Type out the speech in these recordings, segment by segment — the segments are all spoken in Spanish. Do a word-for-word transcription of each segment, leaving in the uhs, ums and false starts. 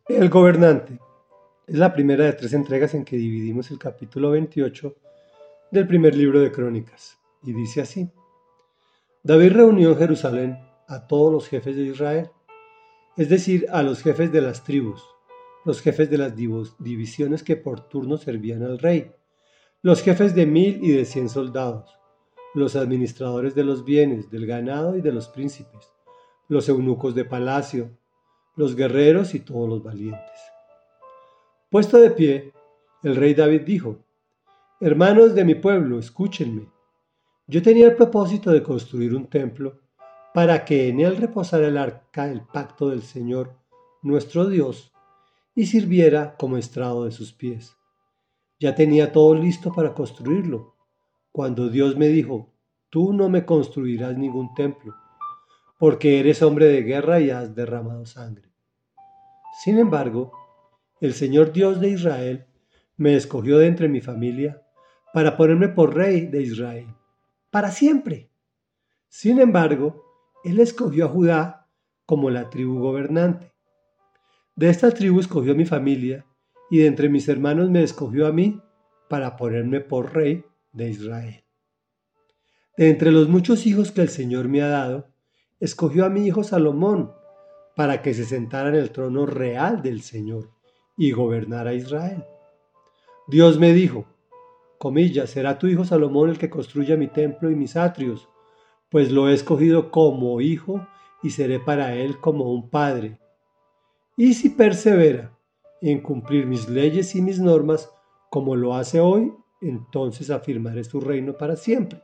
El gobernante es la primera de tres entregas en que dividimos el capítulo veintiocho del primer libro de Crónicas, y dice así: David reunió en Jerusalén a todos los jefes de Israel, es decir, a los jefes de las tribus, los jefes de las divisiones que por turno servían al rey, los jefes de mil y de cien soldados, los administradores de los bienes, del ganado y de los príncipes, los eunucos de palacio, los guerreros y todos los valientes. Puesto de pie, el rey David dijo: Hermanos de mi pueblo, escúchenme. Yo tenía el propósito de construir un templo para que en él reposara el arca del pacto del Señor, nuestro Dios, y sirviera como estrado de sus pies. Ya tenía todo listo para construirlo, cuando Dios me dijo: Tú no me construirás ningún templo, porque eres hombre de guerra y has derramado sangre. Sin embargo, el Señor Dios de Israel me escogió de entre mi familia para ponerme por rey de Israel, para siempre. Sin embargo, Él escogió a Judá como la tribu gobernante. De esta tribu escogió a mi familia, y de entre mis hermanos me escogió a mí para ponerme por rey de Israel. De entre los muchos hijos que el Señor me ha dado, escogió a mi hijo Salomón para que se sentara en el trono real del Señor y gobernara Israel. Dios me dijo, comillas, será tu hijo Salomón el que construya mi templo y mis atrios, pues lo he escogido como hijo y seré para él como un padre. Y si persevera en cumplir mis leyes y mis normas como lo hace hoy, entonces afirmaré su reino para siempre.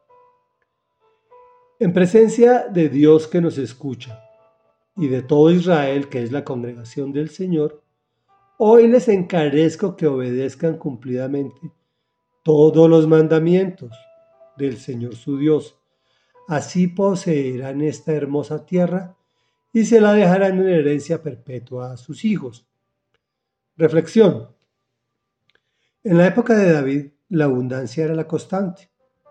En presencia de Dios que nos escucha y de todo Israel, que es la congregación del Señor, hoy les encarezco que obedezcan cumplidamente todos los mandamientos del Señor su Dios. Así poseerán esta hermosa tierra y se la dejarán en herencia perpetua a sus hijos. Reflexión. En la época de David, la abundancia era la constante.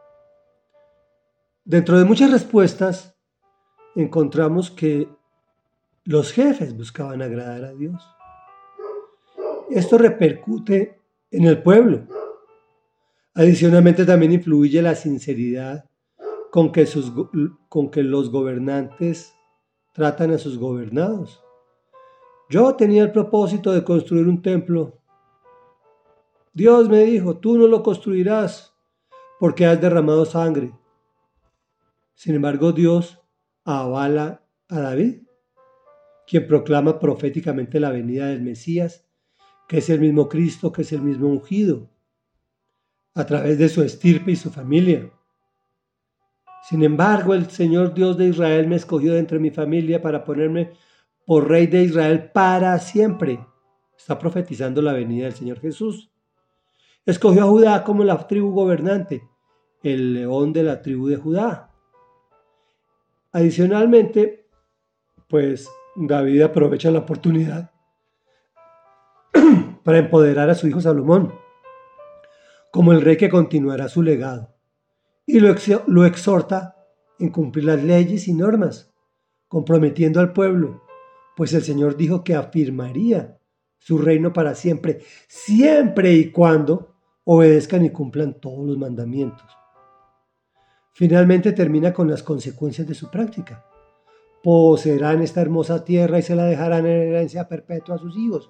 Dentro de muchas respuestas, encontramos que los jefes buscaban agradar a Dios. Esto repercute en el pueblo. Adicionalmente, también influye la sinceridad con que, sus, con que los gobernantes tratan a sus gobernados. Yo tenía el propósito de construir un templo. Dios me dijo, tú no lo construirás porque has derramado sangre. Sin embargo, Dios avala a David, quien proclama proféticamente la venida del Mesías, que es el mismo Cristo, que es el mismo ungido, a través de su estirpe y su familia. Sin embargo, el Señor Dios de Israel me escogió de entre mi familia para ponerme por rey de Israel para siempre. Está profetizando la venida del Señor Jesús. Escogió a Judá como la tribu gobernante, el león de la tribu de Judá. Adicionalmente, pues David aprovecha la oportunidad para empoderar a su hijo Salomón como el rey que continuará su legado, y lo, ex lo exhorta en cumplir las leyes y normas, comprometiendo al pueblo, pues el Señor dijo que afirmaría su reino para siempre, siempre y cuando obedezcan y cumplan todos los mandamientos. Finalmente termina con las consecuencias de su práctica. Poseerán esta hermosa tierra y se la dejarán en herencia perpetua a sus hijos.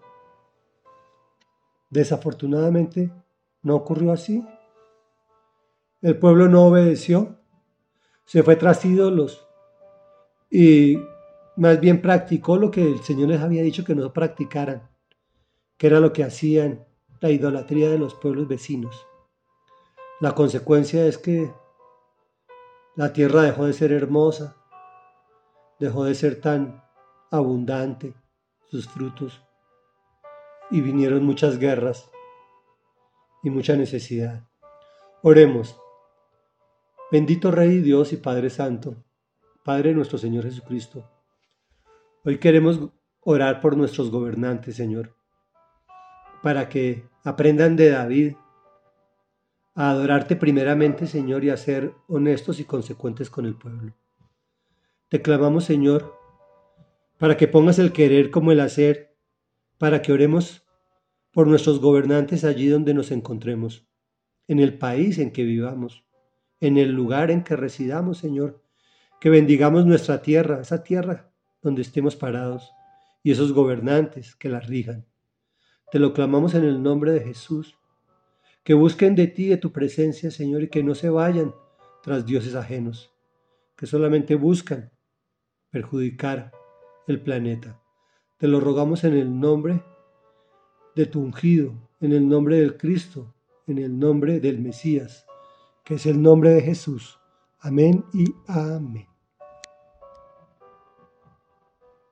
Desafortunadamente, no ocurrió así. El pueblo no obedeció, se fue tras ídolos y más bien practicó lo que el Señor les había dicho que no practicaran, que era lo que hacían, la idolatría de los pueblos vecinos. La consecuencia es que la tierra dejó de ser hermosa, dejó de ser tan abundante sus frutos y vinieron muchas guerras y mucha necesidad. Oremos. Bendito Rey Dios y Padre Santo, Padre nuestro Señor Jesucristo, hoy queremos orar por nuestros gobernantes, Señor, para que aprendan de David a adorarte primeramente, Señor, y a ser honestos y consecuentes con el pueblo. Te clamamos, Señor, para que pongas el querer como el hacer para que oremos por nuestros gobernantes allí donde nos encontremos, en el país en que vivamos, en el lugar en que residamos, Señor, que bendigamos nuestra tierra, esa tierra donde estemos parados, y esos gobernantes que la rijan. Te lo clamamos en el nombre de Jesús, que busquen de ti, de tu presencia, Señor, y que no se vayan tras dioses ajenos, que solamente buscan perjudicar el planeta. Te lo rogamos en el nombre de tu ungido, en el nombre del Cristo, en el nombre del Mesías, que es el nombre de Jesús. Amén y amén.